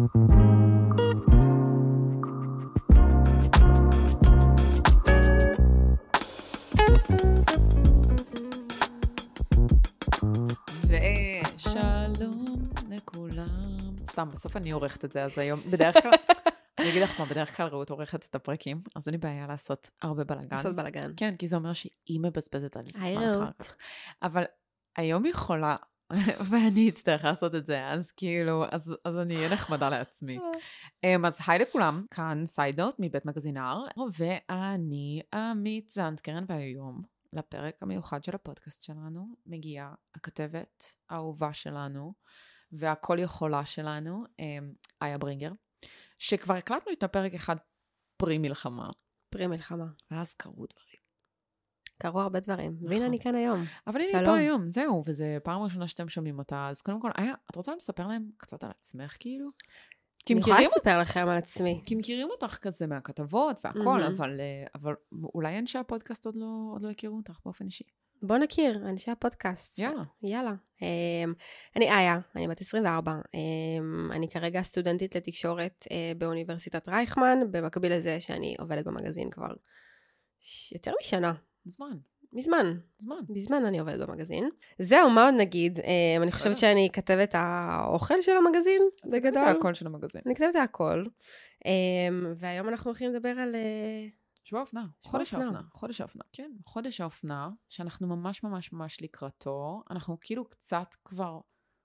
ושלום לכולם. סתם, בסוף אני עורכת את זה, אז היום בדרך כלל, אני אגיד לך מה, בדרך כלל רעות עורכת את הפרקים, אז אין לי בעיה לעשות הרבה בלגן. לעשות בלגן. כן, כי זה אומר שהיא מבזבזת על זמן היי אחר כך. אבל היום היא חולה, ואני אצטרך לעשות את זה, אז כאילו, אז אני אהיה נחמדה לעצמי. אז היי לכולם, כאן סיידות מבית מגזין R, ואני עמית זנדקרן, והיום, לפרק המיוחד של הפודקאסט שלנו, מגיעה הכתבת האהובה שלנו, והכל יכולה שלנו, איה ברינגר, שכבר הקלטנו את הפרק אחד פרי מלחמה. פרי מלחמה. ואז קרו דברים. קרו הרבה דברים. והנה אני כאן היום. אבל הנה פה היום, זהו, וזה פעם ראשונה שאתם שומעים אותה, אז קודם כל, איה, את רוצה לספר להם קצת על עצמך, כאילו? אני יכולה לספר לכם על עצמי. כי מכירים אותך כזה מהכתבות והכל, אבל אולי אנשי הפודקאסט עוד לא הכירו אותך באופן אישי. בוא נכיר, אנשי הפודקאסט. יאללה. אני איה, אני בת 24. אני כרגע סטודנטית לתקשורת באוניברסיטת רייכמן, במקביל לזה שאני עובדת במגזין כבר יותר משנה. מזמן אני עובדת במגזין. זהו, מה עוד נגיד? אני חושבת שאני כתבת האוכל של המגזין, בגדול. כתבת הכל של המגזין. אני כתבת הכל. והיום אנחנו הולכים לדבר על... שבוע האופנה. חודש האופנה. כן, חודש האופנה, שאנחנו ממש ממש ממש לקראתו. אנחנו כאילו קצת כבר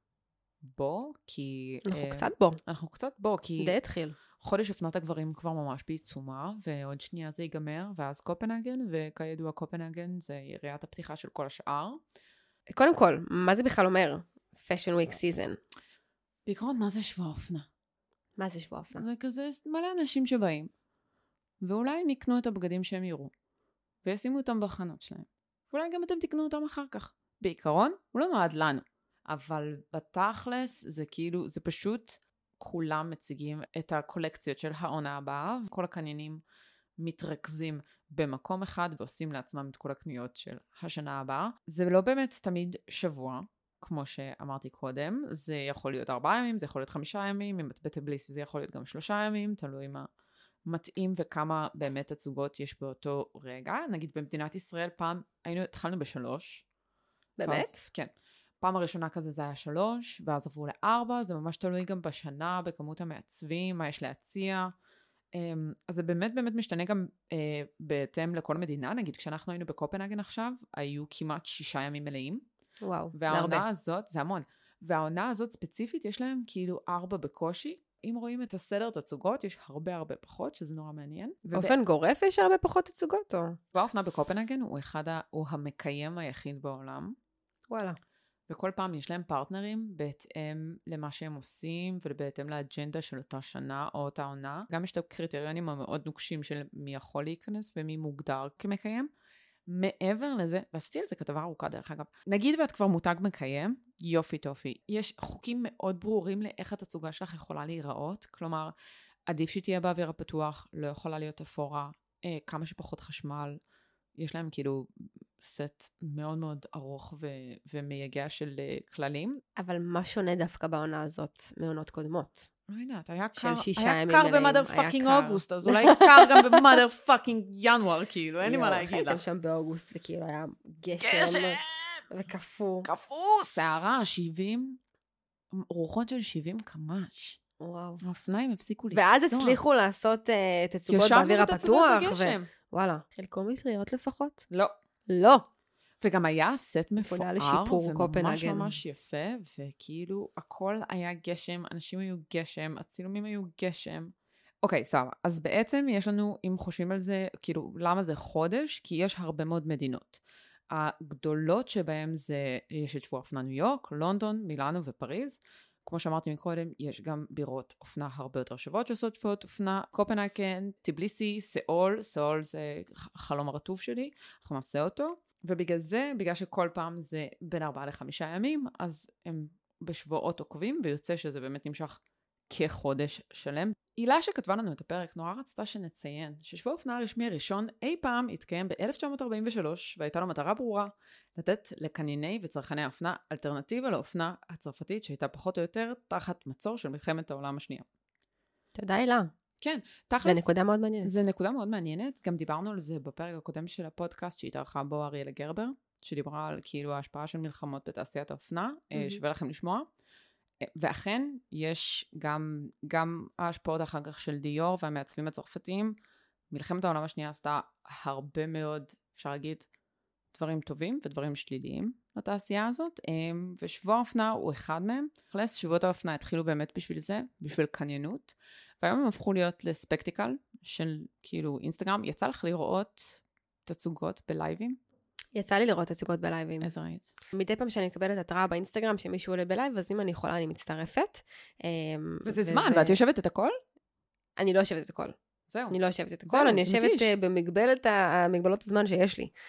בו, כי... אנחנו קצת בו, כי... די התחיל. חודש אופנת הגברים כבר ממש בעיצומה, ועוד שנייה זה ייגמר, ואז קופנהגן, וכידוע קופנהגן זה יריית הפתיחה של כל השאר. קודם כל, מה זה בכלל אומר? Fashion Week Season. בעיקרון, מה זה שבוע האופנה? מה זה שבוע האופנה? זה כזה מלא אנשים שבאים, ואולי הם יקנו את הבגדים שהם יראו, וישימו אותם בחנות שלהם. ואולי גם אתם תקנו אותם אחר כך. בעיקרון, הוא לא נועד לנו. אבל בתכלס, זה כאילו, זה פשוט... כולם מציגים את הקולקציות של העונה הבאה, וכל הקניינים מתרכזים במקום אחד, ועושים לעצמם את כל הקניות של השנה הבאה. זה לא באמת תמיד שבוע, כמו שאמרתי קודם, זה יכול להיות 4 ימים, זה יכול להיות 5 ימים, אם את בטבליס זה יכול להיות גם 3 ימים, תלוי מה מתאים וכמה באמת הצוגות יש באותו רגע. נגיד במדינת ישראל פעם התחלנו ב3. באמת? כן. פעם הראשונה כזה זה היה 3, ואז עברו ל4, זה ממש תלוי גם בשנה, בכמות המעצבים, מה יש להציע. אז זה באמת באמת משתנה גם בהתאם לכל מדינה. נגיד, כשאנחנו היינו בקופנהגן עכשיו, היו כמעט 6 ימים מלאים. וואו, והעונה הזאת, זה המון. והעונה הזאת ספציפית, יש להם כאילו 4 בקושי. אם רואים את הסדר תצוגות, יש הרבה פחות, שזה נורא מעניין. באופן גורף יש הרבה פחות תצוגות, או? והאופנה בקופנהגן הוא המקיים היחיד בעולם. וואלה. וכל פעם יש להם פרטנרים בהתאם למה שהם עושים ובהתאם לאג'נדה של אותה שנה או אותה עונה. גם יש את הקריטריונים המאוד נוקשים של מי יכול להיכנס ומי מוגדר כמקיים. מעבר לזה, ועשיתי על זה כתבה ארוכה דרך אגב, נגיד ואת כבר מותג מקיים, יופי טופי. יש חוקים מאוד ברורים לאיך התצוגה שלך יכולה להיראות, כלומר, עדיף שתהיה באוויר הפתוח, לא יכולה להיות אפורה, כמה שפחות חשמל, יש להם כאילו סט מאוד מאוד ארוך ומייגע של כללים. אבל מה שונה דווקא בעונה הזאת מעונות קודמות? לא יודעת, היה קר במאדר פאקינג אוגוסט, אז אולי קר גם במאדר פאקינג ינואר, כאילו, אין לי מה להגיד לך. הייתם שם באוגוסט וכאילו היה גשם וקפוא. שערה, 70, רוחות של 70 קמ"ש. וואו. האופניים הפסיקו לנסוע. ואז הצליחו לעשות תצוגות באוויר הפתוח. וואלה. חלקו מטריות לפחות? לא. וגם היה סט מפואר, וממש ממש יפה, וכאילו הכל היה גשם, אנשים היו גשם, הצילומים היו גשם. אוקיי, סבבה. אז בעצם יש לנו, אם חושבים על זה, כאילו, למה זה חודש? כי יש הרבה מאוד מדינות. הגדולות שבהם זה, יש את שבוע אופנה ניו יורק, לונדון, מילאנו ופריז. כמו שאמרתי מקודם, יש גם בירות אופנה הרבה יותר שוות שעושות שבועות אופנה, קופנהגן, טיבליסי, סאול זה החלום הרטוב שלי, אנחנו נעשה אותו, ובגלל זה, בגלל שכל פעם זה בין 4 ל5 ימים, אז הם בשבועות עוקבים, ויוצא שזה באמת נמשך כחודש שלם. הילה שכתבה לנו את הפרק נורא רצתה שנציין ששבוע האופנה הרשמי הראשון אי פעם התקיים ב-1943, והייתה לו מטרה ברורה, לתת לקנייני וצרכני האופנה אלטרנטיבה לאופנה הצרפתית שהייתה פחות או יותר תחת מצור של מלחמת העולם השנייה. תודה הילה. כן, תכלס. זה נקודה מאוד מעניינת. זה נקודה מאוד מעניינת, גם דיברנו על זה בפרק הקודם של הפודקאסט שהתארחה בו אריאלה גרבר, שדיברה על כאילו ההשפעה של מלחמות בתעשיית האופנה, שווה לכם לשמוע. ואכן, יש גם ההשפעות אחר כך של דיור והמעצבים הצרפתיים. מלחמת העולם השנייה עשתה הרבה מאוד, אפשר להגיד, דברים טובים ודברים שליליים לתעשייה הזאת, ושבוע האופנה הוא אחד מהם. שבועות האופנה התחילו באמת בשביל זה, בשביל קניינות, והיום הם הפכו להיות לספקטיקל של כאילו אינסטגרם. יצא לך לראות תצוגות בלייבים? יצא לי לראות תצוגות בלייבים. איזה ראית? מדי פעם שאני מקבלת התראה באינסטגרם שמישהו עולה בלייב, אז אם אני יכולה אני מצטרפת. וזה זמן, ואת יושבת את הכל? אני לא יושבת את הכל. זהו. אני לא יושבת את הכל, אני יושבת במגבלות הזמן שיש לי.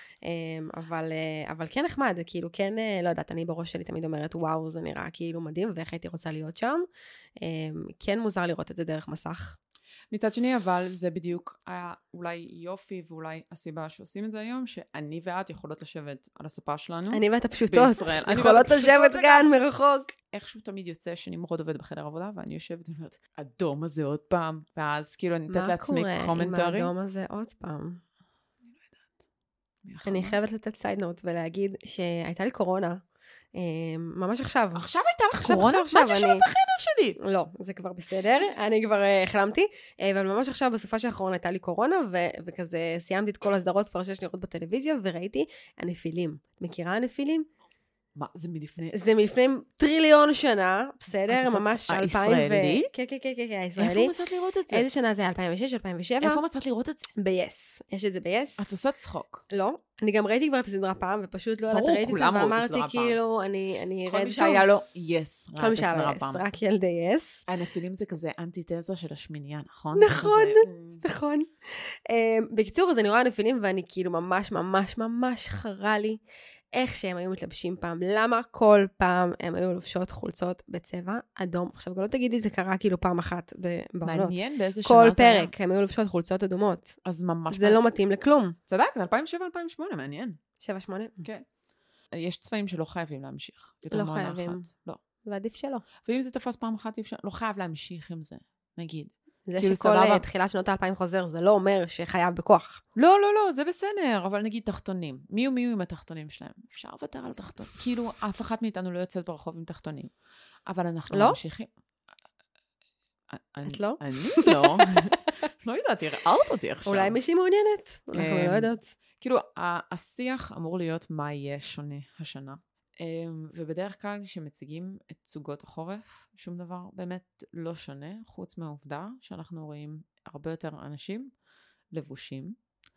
אבל כן נחמד, כאילו כן, לא יודעת, אני בראש שלי תמיד אומרת, וואו, זה נראה כאילו מדהים, ואיך הייתי רוצה להיות שם. כן מוזר לראות את זה דרך מסך. מצד שני, אבל זה בדיוק אולי יופי, ואולי הסיבה שעושים את זה היום, שאני ואת יכולות לשבת על הספה שלנו. אני ואת הפשוטות. יכולות לשבת כאן מרחוק. איכשהו תמיד יוצא שנמרוד עובד בחדר עבודה, ואני יושבת ואומרת, אדום הזה עוד פעם, ואז כאילו אני נתת לעצמי קומנטרי. מה קורה עם האדום הזה עוד פעם? אני לא יודעת. אני חייבת לתת סייד נוט ולהגיד שהייתה לי קורונה, ממש עכשיו. עכשיו הייתה לך קורונה? מה את יושבת בחדר שלי? לא, זה כבר בסדר, אני כבר החלמתי, אבל ממש עכשיו בסופה האחרונה הייתה לי קורונה, וכזה סיימתי את כל הסדרות כבר שיש לראות בטלוויזיה, וראיתי הנפילים. מכירה הנפילים? מה, זה מלפני? זה מלפני טריליון שנה, בסדר? ממש 2000 הישראלי? כן, הישראלי. איפה מצאת לראות את זה? איזה שנה זה? 2006, 2007? איפה מצאת לראות את זה? ב-yes. יש את זה ב-yes. את עושה צחוק. לא. אני גם ראיתי כבר את הסדרה פעם, ופשוט לא יודעת, ראיתי אותה ואמרתי כאילו, אני כל מי שהיה לו yes, כל מי שהיה לו yes, רק ילדי yes. הנפילים זה כזה אנטיתזה של השמינייה, נכון? נכון. בקיצור, אז אני רואה הנפילים, ואני כאילו ממש חרה לי איך שהם היו מתלבשים פעם. למה כל פעם הם היו לובשות חולצות בצבע אדום? עכשיו, גם לא תגידי, זה קרה כאילו פעם אחת בעונות. מעניין באיזה שנה זה היה. כל פרק הם היו לובשות חולצות אדומות. אז ממש. זה לא מתאים לכלום. צדק, 2007-2008, מעניין. 7-8? כן. יש צבעים שלא חייבים להמשיך. לא חייבים. לא. ועדיף שלא. ואם זה תפס פעם אחת, לא חייב להמשיך עם זה, נגיד. זה שכל תחילת שנות ה-2000 חוזר, זה לא אומר שחייב בכוח. לא, זה בסדר, אבל נגיד תחתונים. מי הוא עם התחתונים שלהם? אפשר לוותר על התחתונים. כאילו, אף אחת מאיתנו לא יוצאת ברחוב עם תחתונים. אבל אנחנו ממשיכים. את לא? אני לא. לא יודעת, הראות אותי עכשיו. אולי מישהי מעוניינת. אנחנו לא יודעות. כאילו, השיח אמור להיות מה יהיה שונה השנה. ובדרך כלל כשמציגים את סוגות החורף, שום דבר באמת לא שונה, חוץ מהעובדה שאנחנו רואים הרבה יותר אנשים לבושים.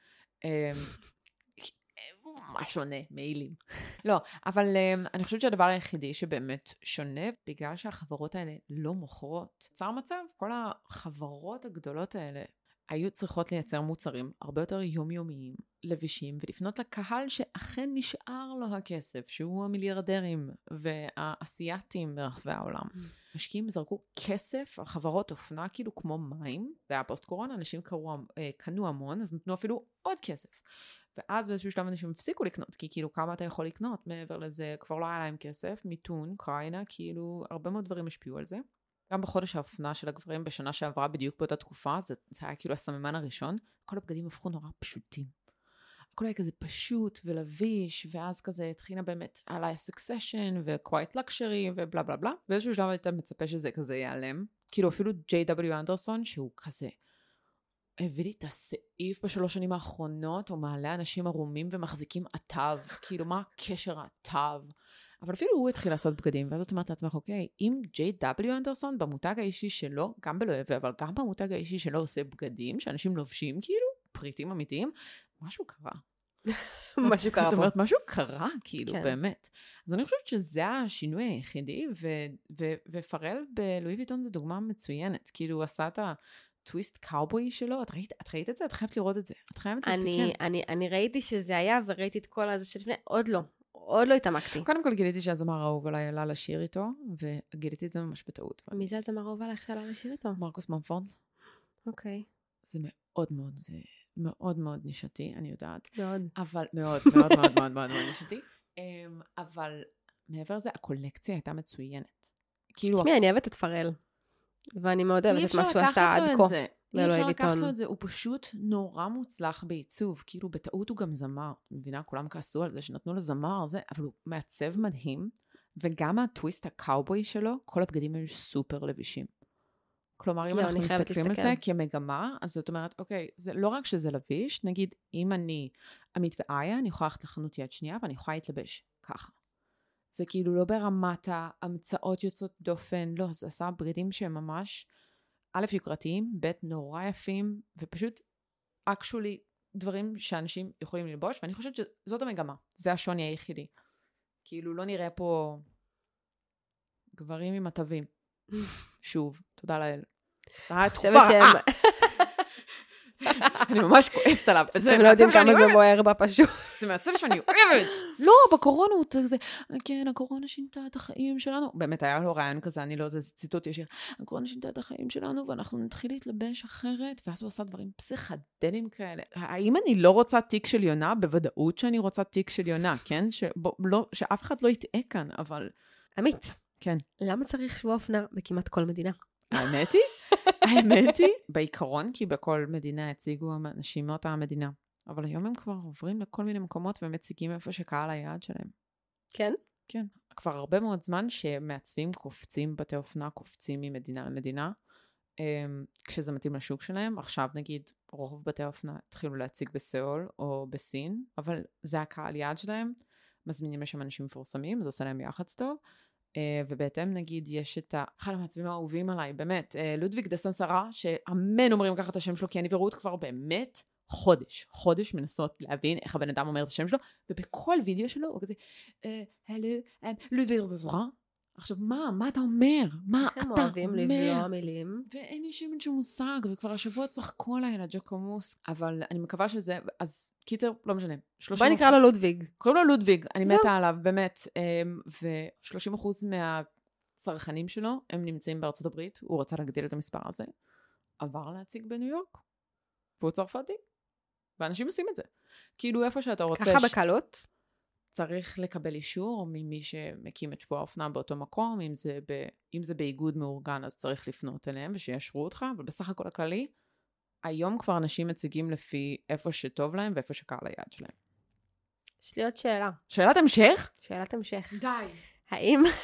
מה שונה? מעילים. לא, אבל אני חושבת שהדבר היחידי שבאמת שונה, בגלל שהחברות האלה לא מוכרות. נוצר מצב, כל החברות הגדולות האלה היו צריכות לייצר מוצרים הרבה יותר יומיומיים, לבישים, ולפנות לקהל שאכן נשאר לו הכסף, שהוא המיליארדרים והאסייתים ברחבי העולם. משקיעים זרקו כסף על חברות אופנה כאילו כמו מים, זה היה פוסט קורונה, אנשים קנו המון, אז נתנו אפילו עוד כסף. ואז באיזשהו שלב אנשים הפסיקו לקנות, כי כאילו כמה אתה יכול לקנות מעבר לזה, כבר לא היה להם כסף, מיתון, אוקראינה, כאילו הרבה מאוד דברים השפיעו על זה. גם בחודש האופנה של הגברים בשנה שעברה בדיוק באותה תקופה, זה היה כאילו הסממן הראשון, כל הבגדים הפכו נורא פשוטים. הכל היה כזה פשוט ולביש, ואז כזה התחילה באמת עליי סקסשן ו-quite luxury ובלה בלה בלה. באיזשהו שלב היית מצפה שזה כזה ייעלם. כאילו אפילו J.W. אנדרסון, שהוא כזה הביא לי את הסעיף ב3 שנים האחרונות, הוא מעלה אנשים ערומים ומחזיקים עטב. כאילו מה הקשר העטב? אבל אפילו הוא התחיל לעשות בגדים, ואז את אומרת לעצמך, אוקיי, אם J.W. אנדרסון במותג האישי שלו, גם בלואב, אבל גם במותג האישי שלו עושה בגדים, שאנשים לובשים כאילו, פריטים אמיתיים, משהו קרה. משהו קרה פה. זאת אומרת, משהו קרה, כאילו, באמת. אז אני חושבת שזה השינוי היחידי, ופרל בלואי ויטון זו דוגמה מצוינת. כאילו, הוא עשה את הטוויסט קאובוי שלו, את ראית את זה? את חייבת לראות את זה. את חייבת להסתכל. אני ראיתי שזה היה, וראיתי את כל הזה שלפני, עוד לא התעמקתי. קודם כל גיליתי שהזמר האהוב עליי עלה לשיר איתו, וגיליתי את זה ממש בטעות. מי זה הזמר האהוב עליי שעלה לשיר איתו? מרקוס ממפורד. אוקיי. זה מאוד מאוד נישתי, אני יודעת. מאוד. אבל מאוד נישתי. אבל מעבר לזה, הקולקציה הייתה מצוינת. תשמעי, אני אוהבת את פרל. ואני מאוד אוהבת את מה שהוא עשה עד כה. אי אפשר לקחת לו את זה, הוא פשוט נורא מוצלח בעיצוב, כאילו בטעות הוא גם זמר, מבינה, כולם כעסו על זה שנתנו לו זמר, אבל הוא מעצב מדהים, וגם הטוויסט הקאובוי שלו, כל הבגדים היו סופר לבישים. כלומר, אם אנחנו מסתכלים על זה כמגמה, אז זאת אומרת, אוקיי, זה לא רק שזה לביש, נגיד, אם אני עמית ואיה, אני יכולה ללכת לחנות יד שנייה, ואני יכולה להתלבש ככה. זה כאילו לא ברמת ההמצאות יוצאות דופן, לא, זה עשה בגדים שהם ממש, א', יוקרתיים, ב', נורא יפים, ופשוט, actually, דברים שאנשים יכולים ללבוש, ואני חושבת שזאת המגמה, זה השוני היחידי. כאילו, לא נראה פה גברים עם מטבים. שוב, תודה לאל. אני חושבת שהם... אני ממש כועסת עליו. אתם לא יודעים כמה זה בוער בפשוט. זה מעצב שאני אוהבת. לא, בקורונה הוא כזה, כן, הקורונה שינתה את החיים שלנו. באמת, היה לו רעיון כזה, אני לא, זה ציטוט ישיר. הקורונה שינתה את החיים שלנו, ואנחנו נתחיל להתלבש אחרת, ואז הוא עשה דברים פסיכדליים כאלה. האם אני לא רוצה תיק של יונה? בוודאות שאני רוצה תיק של יונה, כן? שאף אחד לא יטעה כאן, אבל... עמית. כן. למה צריך שבוע אופנה בכמעט כל מדינה? האמת היא, בעיקרון, כי בכל מדינה הציגו אנשים מאותה המדינה. אבל היום הם כבר עוברים לכל מיני מקומות ומציגים איפה שקהל היעד שלהם. כן? כן. כבר הרבה מאוד זמן שמעצבים קופצים, בתי אופנה קופצים ממדינה למדינה, כשזה מתאים לשוק שלהם. עכשיו נגיד, רוב בתי אופנה התחילו להציג בסיאול או בסין, אבל זה הקהל יעד שלהם. מזמינים לשם אנשים מפורסמים, זה עושה להם יחץ טוב. ובהתאם נגיד יש את אחד המעצבים האהובים עליי, באמת, לודוויג דה סנסרה, שאמן אומרים ככה את השם שלו, כי אני ורות כבר באמת חודש מנסות להבין איך הבן אדם אומר את השם שלו, ובכל וידאו שלו הוא כזה, לודוויג דה סנסרה, עכשיו מה אתה אומר? מה אתה אומר? הם אוהבים לבלוע מילים. ואין לי שום מושג, וכבר השבוע צחקו עליי לג'קומוס, אבל אני מקווה שזה, אז קיצר, לא משנה. בואי נקרא לו לודוויג. קוראים לו לודוויג, אני מתה עליו, באמת, ו30% מהצרכנים שלו, הם נמצאים בארצות הברית, הוא רצה להגדיל את המספר הזה, עבר להציג בניו יורק, והוא צרפתי, ואנשים עושים את זה. כאילו איפה שאתה רוצה... ככה בקלות? צריך לקבל אישור ממי שמקים את שבוע האופנה באותו מקום, אם זה באיגוד מאורגן, אז צריך לפנות אליהם ושישרו אותך, אבל בסך הכל הכללי, היום כבר אנשים מציגים לפי איפה שטוב להם ואיפה שקהל היעד שלהם. יש לי עוד שאלה. שאלת המשך? שאלת המשך. די.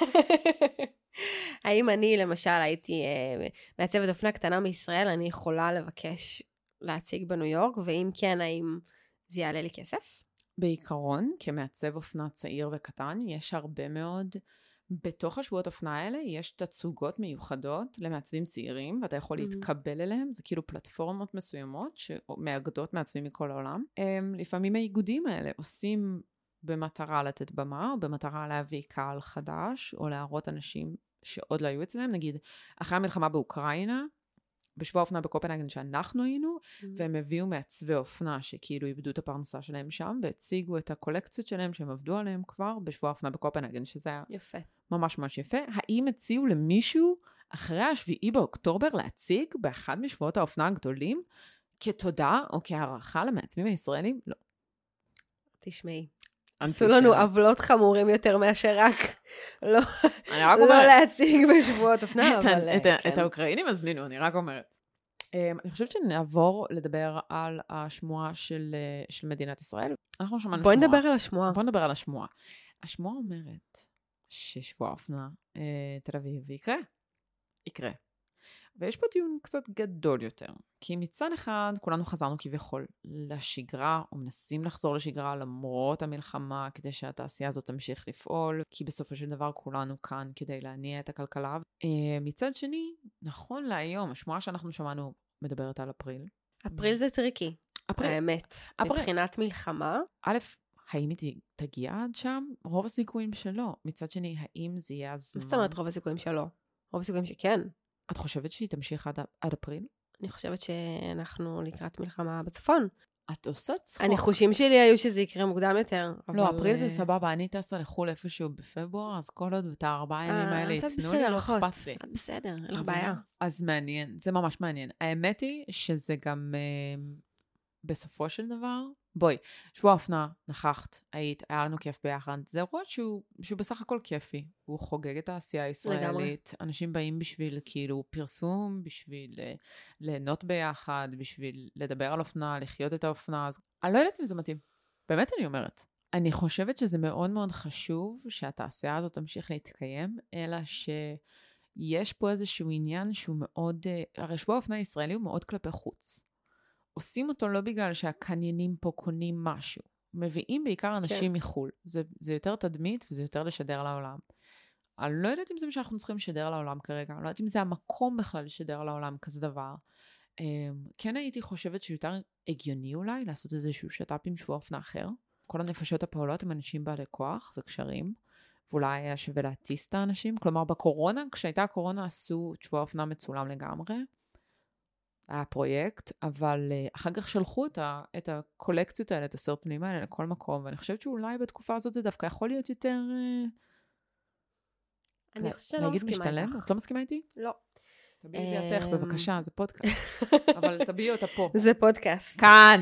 האם אני למשל הייתי מעצבת אופנה קטנה מישראל, אני יכולה לבקש להציג בניו יורק, ואם כן, האם זה יעלה לי כסף? בעיקרון, כמעצב אופנה צעיר וקטן, יש הרבה מאוד, בתוך השבועות אופנה האלה, יש תצוגות מיוחדות למעצבים צעירים, ואתה יכול להתקבל אליהם, זה כאילו פלטפורמות מסוימות, שמאגדות מעצבים מכל העולם. לפעמים האיגודים האלה עושים במטרה לתת במה, או במטרה להביא קהל חדש, או להראות אנשים שעוד לא היו אצלם, נגיד, אחרי המלחמה באוקראינה, בשבוע אופנה בקופנהגן שאנחנו היינו, והם הביאו מעצבי אופנה שכאילו איבדו את הפרנסה שלהם שם, והציגו את הקולקציות שלהם שהם עבדו עליהם כבר בשבוע אופנה בקופנהגן, שזה היה יפה. ממש ממש יפה. האם הציעו למישהו אחרי 7 באוקטובר להציג באחד משבועות האופנה הגדולים, כתודה או כהערכה למעצבים הישראלים? לא. תשמעי. עשו לנו עוולות חמורים יותר מאשר רק לא להציג בשבועות אופנה, אבל את האוקראינים הזמינו, אני רק אומרת. אני חושבת שנעבור לדבר על השמועה של מדינת ישראל. אנחנו שמענו שמועה. בואי נדבר על השמועה. השמועה אומרת ששבוע אופנה תל אביב יקרה. ויש פה טיעון קצת גדול יותר, כי מצד אחד כולנו חזרנו כביכול לשגרה, או מנסים לחזור לשגרה למרות המלחמה, כדי שהתעשייה הזאת תמשיך לפעול, כי בסופו של דבר כולנו כאן כדי להניע את הכלכלה. מצד שני, נכון להיום, השמועה שאנחנו שמענו מדברת על אפריל. אפריל זה טריקי, האמת. מבחינת מלחמה. א', האם היא תגיע עד שם? רוב הסיכויים שלא. מצד שני, האם זה יהיה הזמן? זאת אומרת רוב הסיכויים שלא. רוב הסיכויים שכן. את חושבת שהיא תמשיך עד אפריל? אני חושבת שאנחנו לקראת מלחמה בצפון. את עושה צחוק. הניחושים שלי היו שזה יקרה מוקדם יותר. לא, אפריל זה סבבה, אני טסה לחול איפשהו בפברואר, אז כל עוד את 4 ימים האלה יתנו לי, לא אכפת לי. בסדר, אין לך בעיה. אז מעניין, זה ממש מעניין. האמת היא שזה גם בסופו של דבר בואי, שבוע האופנה, נכחת, היית, היה לנו כיף ביחד. זה אירוע שהוא בסך הכל כיפי. הוא חוגג את העשייה הישראלית. לגמרי. אנשים באים בשביל כאילו פרסום, בשביל ליהנות ביחד, בשביל לדבר על אופנה, לחיות את האופנה. אז אני לא יודעת אם זה מתאים. באמת אני אומרת. אני חושבת שזה מאוד מאוד חשוב שהתעשייה הזאת תמשיך להתקיים, אלא שיש פה איזשהו עניין שהוא מאוד, הרי שבוע האופנה הישראלי הוא מאוד כלפי חוץ. עושים אותו לא בגלל שהקניינים פה קונים משהו. מביאים בעיקר אנשים מחול. זה יותר תדמית וזה יותר לשדר לעולם. אני לא יודעת אם זה מה שאנחנו צריכים לשדר לעולם כרגע. אני לא יודעת אם זה המקום בכלל לשדר לעולם כזה דבר. כן הייתי חושבת שיותר הגיוני אולי לעשות איזשהו שטאפ עם שבוע אופנה אחר. כל הנפשות הפעולות הם אנשים בעלי כוח וקשרים. ואולי היה שווה להטיס את האנשים. כלומר, בקורונה, כשהייתה הקורונה עשו שבוע אופנה מצולם לגמרי. היה פרויקט, אבל אחר כך שלחו את הקולקציות האלה, את הסרטונים האלה לכל מקום, ואני חושבת שאולי בתקופה הזאת זה דווקא יכול להיות יותר... אני חושבת שלא מסכימה איתך. את לא מסכימה איתי? לא. תביאי לידך, בבקשה, זה פודקאסט. אבל תביאי אותה פה. זה פודקאסט. כאן.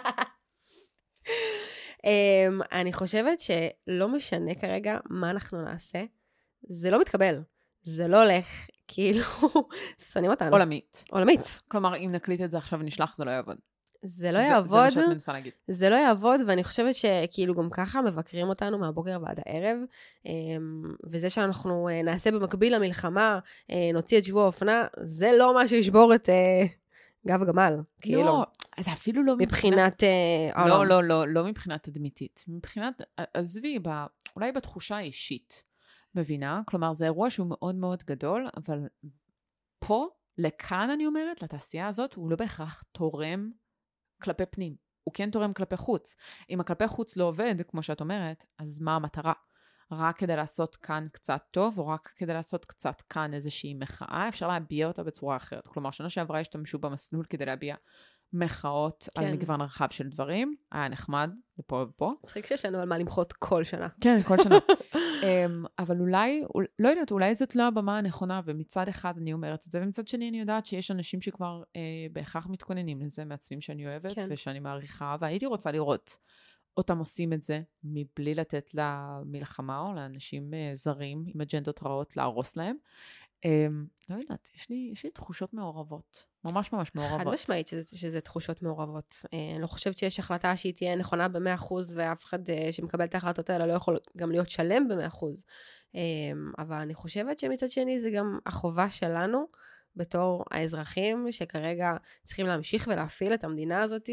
אני חושבת שלא משנה כרגע מה אנחנו נעשה, זה לא מתקבל. זה לא הולך, כאילו, שונאים אותנו. עולמית. עולמית. כלומר, אם נקליט את זה עכשיו ונשלח, זה לא יעבוד. זה לא יעבוד. זה מה שאת מנסה להגיד. זה לא יעבוד, ואני חושבת שכאילו גם ככה מבקרים אותנו מהבוקר ועד הערב, וזה שאנחנו נעשה במקביל למלחמה, נוציא את שבוע האופנה, זה לא מה שישבור את גב הגמל. כאילו. לא, זה אפילו לא מבחינת העולם. לא מבחינת תדמיתית. מבחינת, עזבי, אולי בתחושה האישית. מבינה? כלומר, זה אירוע שהוא מאוד מאוד גדול, אבל פה, לכאן אני אומרת, לתעשייה הזאת, הוא לא בהכרח תורם כלפי פנים. הוא כן תורם כלפי חוץ. אם הכלפי חוץ לא עובד, כמו שאת אומרת, אז מה המטרה? רק כדי לעשות כאן קצת טוב, או רק כדי לעשות קצת כאן איזושהי מחאה, אפשר להביע אותה בצורה אחרת. כלומר, שנה שעברה השתמשו במסלול כדי להביע מחאות על מגוון רחב של דברים. היה נחמד, לפה ופה. צחיק שיש לנו על מה למחות כל שנה. כן, כל שנה. אבל אולי, לא יודעת, אולי זאת לא הבמה הנכונה, ומצד אחד אני אומרת את זה, ומצד שני אני יודעת שיש אנשים שכבר בהכרח מתכוננים לזה, מעצבים שאני אוהבת ושאני מעריכה, והייתי רוצה לראות אותם עושים את זה, מבלי לתת למלחמה או לאנשים זרים עם אג'נדות רעות להרוס להם. לא יודעת, יש לי תחושות מעורבות. ממש ממש מעורבות. חד משמעית שזה תחושות מעורבות. אני לא חושבת שיש החלטה שהיא תהיה נכונה ב100%, ואף אחד שמקבל את ההחלטות האלה לא יכול גם להיות שלם ב100%. אבל אני חושבת שמצד שני זה גם החובה שלנו, בתור האזרחים שכרגע צריכים להמשיך ולהפעיל את המדינה הזאת,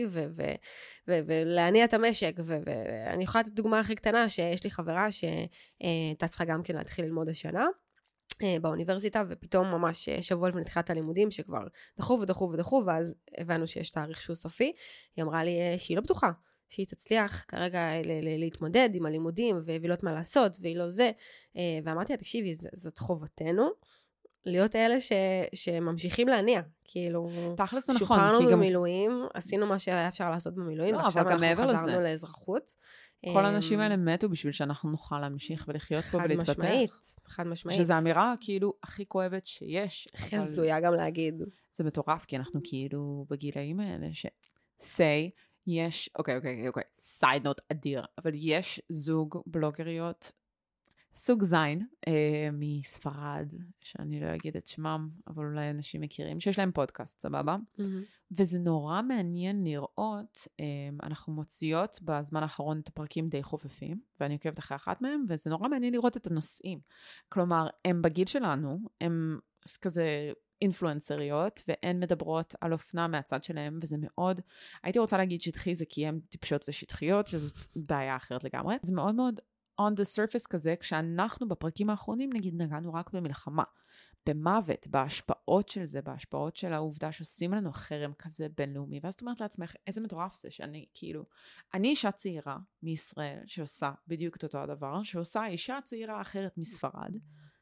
ולהניע את המשק. ואני יכולה לתת דוגמה הכי קטנה, שיש לי חברה שהייתה צריכה גם כן להתחיל ללמוד השנה, באוניברסיטה, ופתאום ממש שבוע לפני תחילת הלימודים, שכבר דחו, ואז הבנו שיש תאריך שהוא סופי. היא אמרה לי שהיא לא בטוחה, שהיא תצליח כרגע להתמודד עם הלימודים, והיא לא יודעת מה לעשות, והיא לא זה. ואמרתי לה, תקשיבי, זאת חובתנו, להיות אלה שממשיכים להניע. כאילו, תכלס זה נכון. שוחררנו במילואים, עשינו מה שהיה אפשר לעשות במילואים, ועכשיו אנחנו חזרנו לאזרחות. כל האנשים האלה מתו בשביל שאנחנו נוכל להמשיך ולחיות פה ולהתפתח. חד משמעית. שזו אמירה כאילו הכי כואבת שיש. הכי הזויה גם להגיד. זה מטורף, כי אנחנו כאילו בגילאים האלה say, יש, אוקיי, סייד נוט אדיר, אבל יש זוג בלוגריות, סוג זין, מספרד, שאני לא אגיד את שמם, אבל אולי אנשים מכירים, שיש להם פודקאסט, סבבה? וזה נורא מעניין לראות, אנחנו מוציאות בזמן האחרון את הפרקים די חופפים, ואני עוקבת אחרי אחת מהם, וזה נורא מעניין לראות את הנושאים. כלומר, הם בגיל שלנו, הם כזה אינפלואנסריות, והן מדברות על אופנה מהצד שלהם, וזה מאוד, הייתי רוצה להגיד שטחי זה כי הם טיפשות ושטחיות, שזאת בעיה אחרת לגמרי. זה מאוד מאוד on the surface כזה, כשאנחנו בפרקים האחרונים, נגיד, נגענו רק במלחמה, במוות, בהשפעות של זה, בהשפעות של העובדה שעושים לנו חרם כזה בינלאומי, ואז את אומרת לעצמך, איזה מטורף זה שאני, כאילו, אני אישה צעירה מישראל, שעושה בדיוק את אותו הדבר, שעושה אישה צעירה אחרת מספרד,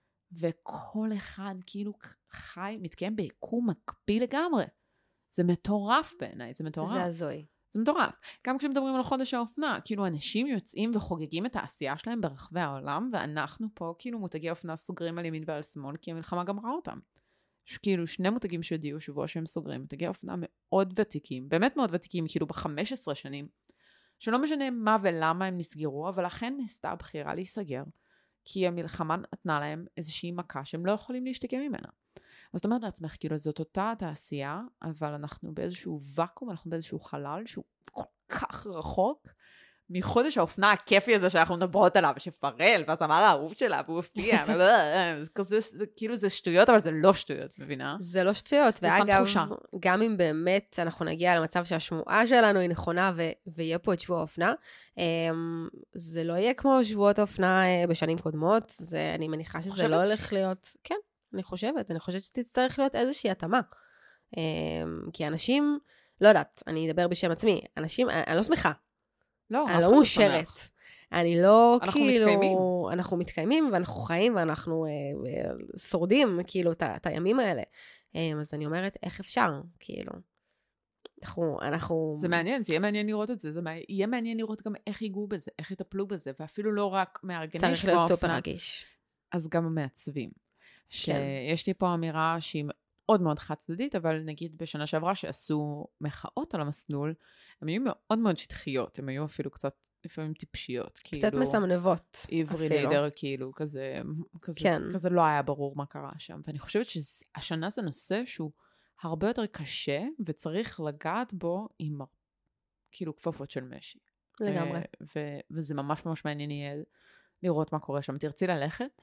וכל אחד כאילו חי, מתקיים ביקום מקביל לגמרי. זה מטורף בעיניי, זה מטורף. זה הזוי. זה מטורף. גם כשמדברים על חודש האופנה, כאילו אנשים יוצאים וחוגגים את העשייה שלהם ברחבי העולם, ואנחנו פה כאילו מותגי אופנה סוגרים על ימין ועל שמאל, כי המלחמה גמרה אותם. יש כאילו שני מותגים שהודיעו שבוע שהם סוגרים, מותגי אופנה מאוד ותיקים, באמת מאוד ותיקים, כאילו ב-15 שנים, שלא משנה מה ולמה הם נסגרו, אבל אכן נעשתה הבחירה להיסגר, כי המלחמה נתנה להם איזושהי מכה שהם לא יכולים להשתקם ממנה. אז זאת אומרת לעצמך, כאילו זאת אותה תעשייה, אבל אנחנו באיזשהו וקום, אנחנו באיזשהו חלל שהוא כל כך רחוק, מחודש האופנה הכיפי הזה שאנחנו מדברות עליו, שפרל, והזמר האהוב שלה, והוא הופיע, כאילו זה שטויות, אבל זה לא שטויות, מבינה? זה לא שטויות, ואגב, גם אם באמת אנחנו נגיע למצב שהשמועה שלנו היא נכונה, ויהיה פה את שבוע האופנה, זה לא יהיה כמו שבועות האופנה בשנים קודמות, אני מניחה שזה לא הולך להיות, כן, אני חושבת שתצטרך להיות איזושהי התאמה. כי אנשים, לא יודעת, אני אדבר בשם עצמי, אנשים, אני לא שמחה. אני לא מאושרת. אני לא, כאילו, אנחנו מתקיימים, ואנחנו חיים, ואנחנו שורדים, כאילו, את הימים האלה. אז אני אומרת, איך אפשר? כאילו, אנחנו... זה מעניין, זה יהיה מעניין לראות את זה, זה יהיה מעניין לראות גם איך ייגעו בזה, איך יטפלו בזה, ואפילו לא רק מארגנים צריך להיות סופר רגיש. אז גם המעצבים. שיש לי פה אמירה שהיא מאוד מאוד חד צדדית, אבל נגיד בשנה שעברה שעשו מחאות על המסלול, הם היו מאוד מאוד שטחיות, הם היו אפילו קצת לפעמים טיפשיות. קצת מסמנבות. עברי לידר, כאילו, כזה לא היה ברור מה קרה שם. ואני חושבת שהשנה זה נושא שהוא הרבה יותר קשה, וצריך לגעת בו עם כאילו כפפות של משי. לגמרי. וזה ממש ממש מעניין יהיה לראות מה קורה שם. תרצי ללכת?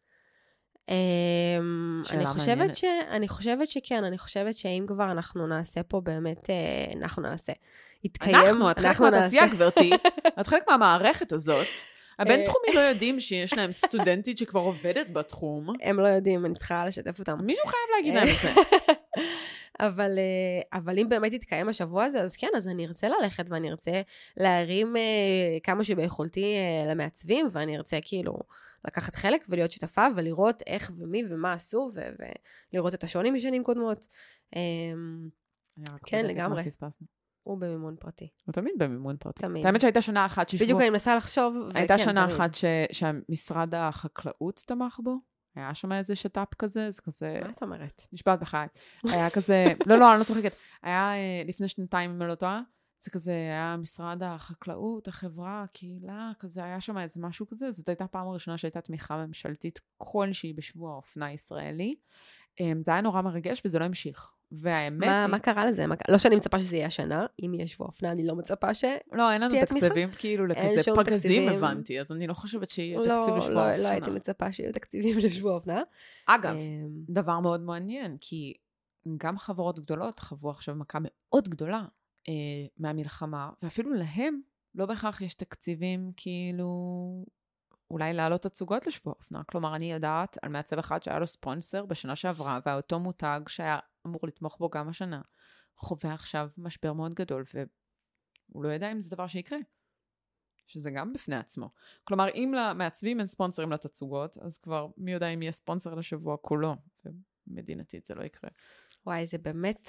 אני חושבת שכן, אני חושבת שאם כבר אנחנו נעשה פה באמת, אנחנו נעשה. את חלק מהתעשייה, גברתי, את חלק מהמערכת הזאת. הבן תחומי לא יודעים שיש להם סטודנטית שכבר עובדת בתחום. הם לא יודעים, אני צריכה לשתף אותם. מישהו חייב להגיד להם את זה. אבל אם באמת יתקיים השבוע הזה, אז כן, אז אני ארצה ללכת, ואני ארצה להרים כמה שביכולתי למעצבים, ואני ארצה כאילו לקחת חלק ולהיות שותפה, ולראות איך ומי ומה עשו, ולראות את השונים משנים קודמות. כן, לגמרי. הוא במימון פרטי. הוא תמיד במימון פרטי. תמיד. האמת שהייתה שנה אחת ששבו... בדיוק אני מנסה לחשוב, הייתה שנה אחת שמשרד החקלאות תמך בו. היה שם איזה שטאפ כזה, זה כזה... מה את אומרת? נשבעת בחיי. היה כזה... לא, אני לא צוחקת. היה לפני 2 אם אני לא טועה, זה כזה, היה משרד החקלאות, החברה, הקהילה, כזה, היה שם איזה משהו כזה. זאת הייתה פעם הראשונה שהייתה תמיכה ממשלתית כלשהי בשבוע האופנה הישראלי. זה היה נורא מרגש וזה לא המשיך. והאמת היא... מה קרה לזה? לא שאני מצפה שזה יהיה השנה, אם יהיה שבוע אופנה, אני לא מצפה שתהיה תמיכה. לא, אין לנו תקציבים כאילו לכזה פגזים הבנתי, אז אני לא חושבת שיהיה תקציב לשבוע אופנה. לא הייתי מצפה שיהיו תקציבים לשבוע אופנה. אגב, דבר מאוד מעניין, כי גם חברות גדולות חוו עכשיו מכה מאוד גדולה מהמלחמה, ואפילו להם לא בהכרח יש תקציבים כאילו... אולי לעלות תצוגות לשבוע אופנה. כלומר, אני יודעת על מעצב אחד שהיה לו ספונסר בשנה שעברה, ואותו מותג שהיה אמור לתמוך בו גם השנה, חווה עכשיו משבר מאוד גדול, והוא לא יודע אם זה דבר שיקרה. שזה גם בפני עצמו. כלומר, אם למעצבים אין ספונסרים לתצוגות, אז כבר מי יודע אם יהיה ספונסר לשבוע כולו, ומדינתית זה לא יקרה. וואי, זה באמת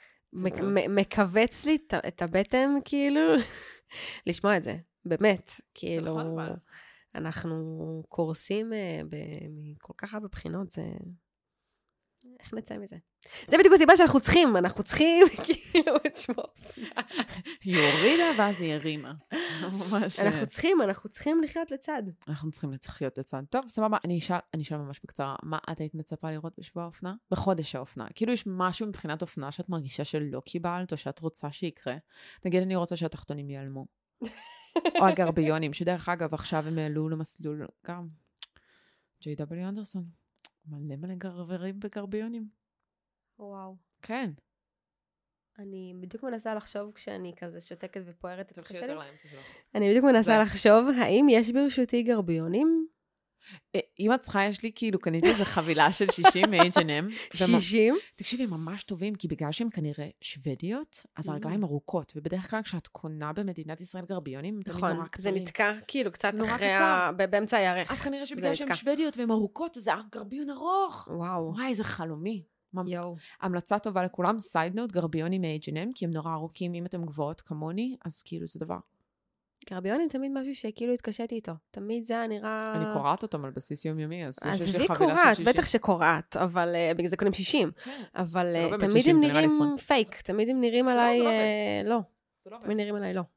מקווץ לי את הבטן, כאילו, לשמוע את זה. באמת, כאילו... אנחנו קורסים מכל כך הרבה בחינות, זה... איך נצא מזה? זה בדיוק הסיבה שאנחנו צריכים כאילו את שבוע אופנה. היא הורידה ואז היא הרימה. אנחנו צריכים לחיות לצד. אנחנו צריכים לחיות לצד. טוב, סבבה, אני אשאל ממש בקצרה, מה את היית מצפה לראות בשבוע האופנה? בחודש האופנה. כאילו יש משהו מבחינת אופנה שאת מרגישה שלא קיבלת, או שאת רוצה שיקרה. נגיד, אני רוצה שהתחתונים ייעלמו. או הגרביונים, שדרך אגב, עכשיו הם העלו למסלול גם. J.W. אנדרסון. מלא גרברים בגרביונים. וואו. כן. אני בדיוק מנסה לחשוב כשאני כזה שותקת ופוערת את הקשה לי. אני בדיוק מנסה לחשוב, האם יש ברשותי גרביונים? אם את צריכה, יש לי כאילו, קניתי איזו חבילה של 60 מ-H&M. 60? תקשיבי, הם ממש טובים, כי בגלל שהם כנראה שוודיות, אז הרגליים ארוכות, ובדרך כלל כשאת קונה במדינת ישראל גרביונים, הם תמיד נורא קצרים. זה נתקע כאילו קצת אחרי, באמצע הירך. אז כנראה שבגלל שהם שוודיות והן ארוכות, אז זה גרביון ארוך. וואו. וואי, זה חלומי. יואו. המלצה טובה לכולם, סייד נוט, גרביונים מ-H&M, כי הם נורא ארוכים, אם אתם גבוהות כמוני, אז כאילו זה דבר. גרביונים תמיד משהו שכאילו התקשתי איתו. תמיד זה נראה... אני קוראת אותם על בסיס יומיומי, אז יש לי קוראת, בטח שקוראת, אבל בגלל זה קונים 60. אבל תמיד הם נראים פייק, תמיד הם נראים עליי... לא. תמיד נראים עליי לא.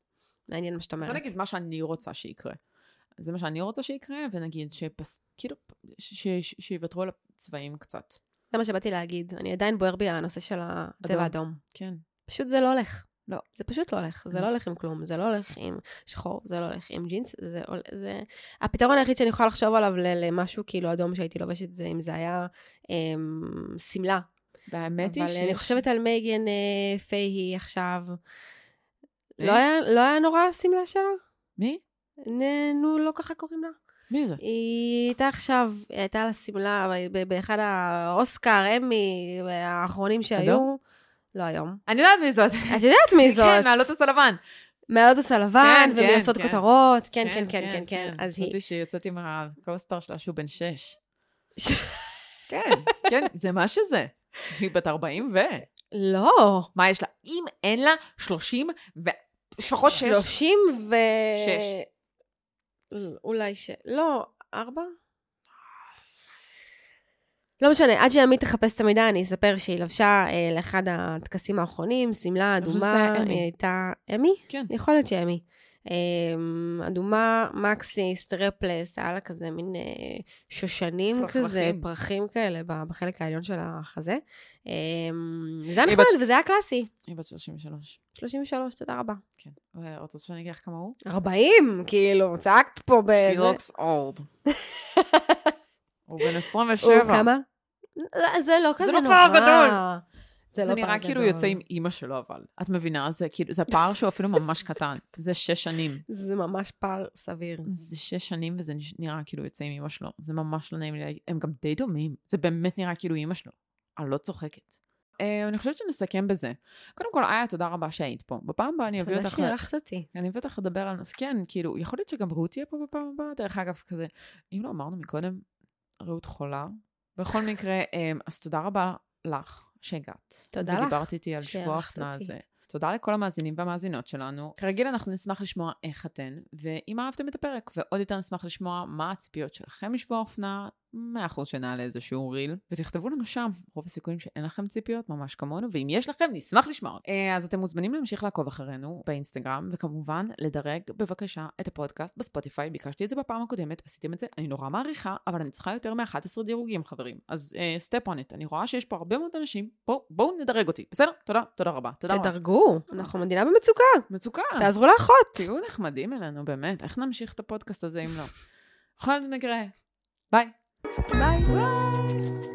מעניין מה שאת אומרת. זה נגיד מה שאני רוצה שיקרה. זה מה שאני רוצה שיקרה, ונגיד כאילו, שיוותרו על הצבעים קצת. זה מה שבאתי להגיד. אני עדיין בוער בי הנושא של הצבע האדום. כן. פשוט זה לא הולך. לא. זה פשוט לא הולך. זה לא הולך עם כלום. זה לא הולך עם שחור, זה לא הולך עם ג'ינס. הפתרון היחיד שאני יכולה לחשוב עליו למשהו כאילו אדום שהייתי לובשת זה אם זה היה סמלה. באמת היא אבל אני חושבת על מייגן פייהי עכשיו. לא היה נורא הסמלה שלה? מי? נו, לא ככה קוראים לה. מי זה? היא הייתה עכשיו, הייתה לה סמלה באחד האוסקר, אמי, האחרונים שהיו. לא היום. אני יודעת מי זאת. את יודעת מי זאת? כן, מהלוטוס הלבן. מהלוטוס הלבן, ומייסות כותרות. כן, כן, כן, כן, כן. אז היא... זאתי שיוצאת עם הקוסטר שלה שהוא בן 6. כן, כן, זה מה שזה. היא בת 40 ו... לא. מה יש לה? אם אין לה 30 ו... לפחות 6. 36. אולי לא, 4? לא משנה, עד שעמית תחפש את המידע, אני אספר שהיא לבשה לאחד הטקסים האחרונים, סמלה אדומה, היא הייתה... אמי? כן. יכול להיות שאמי. אדומה, מקסי, סטרפלס, היה לה כזה מין שושנים כזה, פרחים כאלה בחלק העליון של החזה. זה היה נחמד, וזה היה קלאסי. היא בת 33. 33, תודה רבה. כן. עוד רוצה שאני אגיד לך כמה הוא? 40, כאילו, צעקת פה באיזה... She looks old. הוא בן 27. הוא כמה? זה לא כזה נורא. זה לא פער גדול. זה נראה כאילו יוצא עם אימא שלו, אבל. את מבינה? זה כאילו, זה פער שהוא אפילו ממש קטן. זה 6 שנים. זה ממש פער סביר. זה 6 שנים, וזה נראה כאילו יוצא עם אימא שלו. זה ממש לא נעים לי. הם גם די דומים. זה באמת נראה כאילו אימא שלו. אני לא צוחקת. אני חושבת שנסכם בזה. קודם כל, איה, תודה רבה שהיית פה. בפעם הבאה אני אביא אותך... תודה שערכת אותי. אני אביא אותך לדבר על נושא. כן, כאילו, יכול להיות שגם רעות תהיה פה בפעם הבאה. דרך אגב, כזה, אם לא אמרנו מקודם, רעות חולה. בכל מקרה, אז תודה רבה לך שהגעת. תודה לך. ודיברת איתי על שבוע האופנה הזה. תודה לכל המאזינים והמאזינות שלנו. כרגיל אנחנו נשמח לשמוע איך אתן, ואם אהבתם את הפרק, ועוד יותר נשמח לשמוע מה הציפיות שלכם לשבוע האופנה, 100% שנעלה איזשהו ריל, ותכתבו לנו שם, רוב הסיכויים שאין לכם ציפיות, ממש כמונו, ואם יש לכם, נשמח לשמוע. אז אתם מוזמנים להמשיך לעקוב אחרינו באינסטגרם, וכמובן, לדרג בבקשה את הפודקאסט בספוטיפיי, ביקשתי את זה בפעם הקודמת, עשיתם את זה, אני נורא מעריכה, אבל אני צריכה יותר מ-11 דירוגים, חברים. אז step on it, אני רואה שיש פה הרבה מאוד אנשים, בואו נדרג אותי, בסדר? תודה רבה. תדרגו, אנחנו מדינה במצוקה. מצוקה. תעזרו לאחות. תהיו נחמדים אלינו, באמת. איך נמשיך את הפודקאסט הזה אם לא? בכל מקרה, ביי. ביי.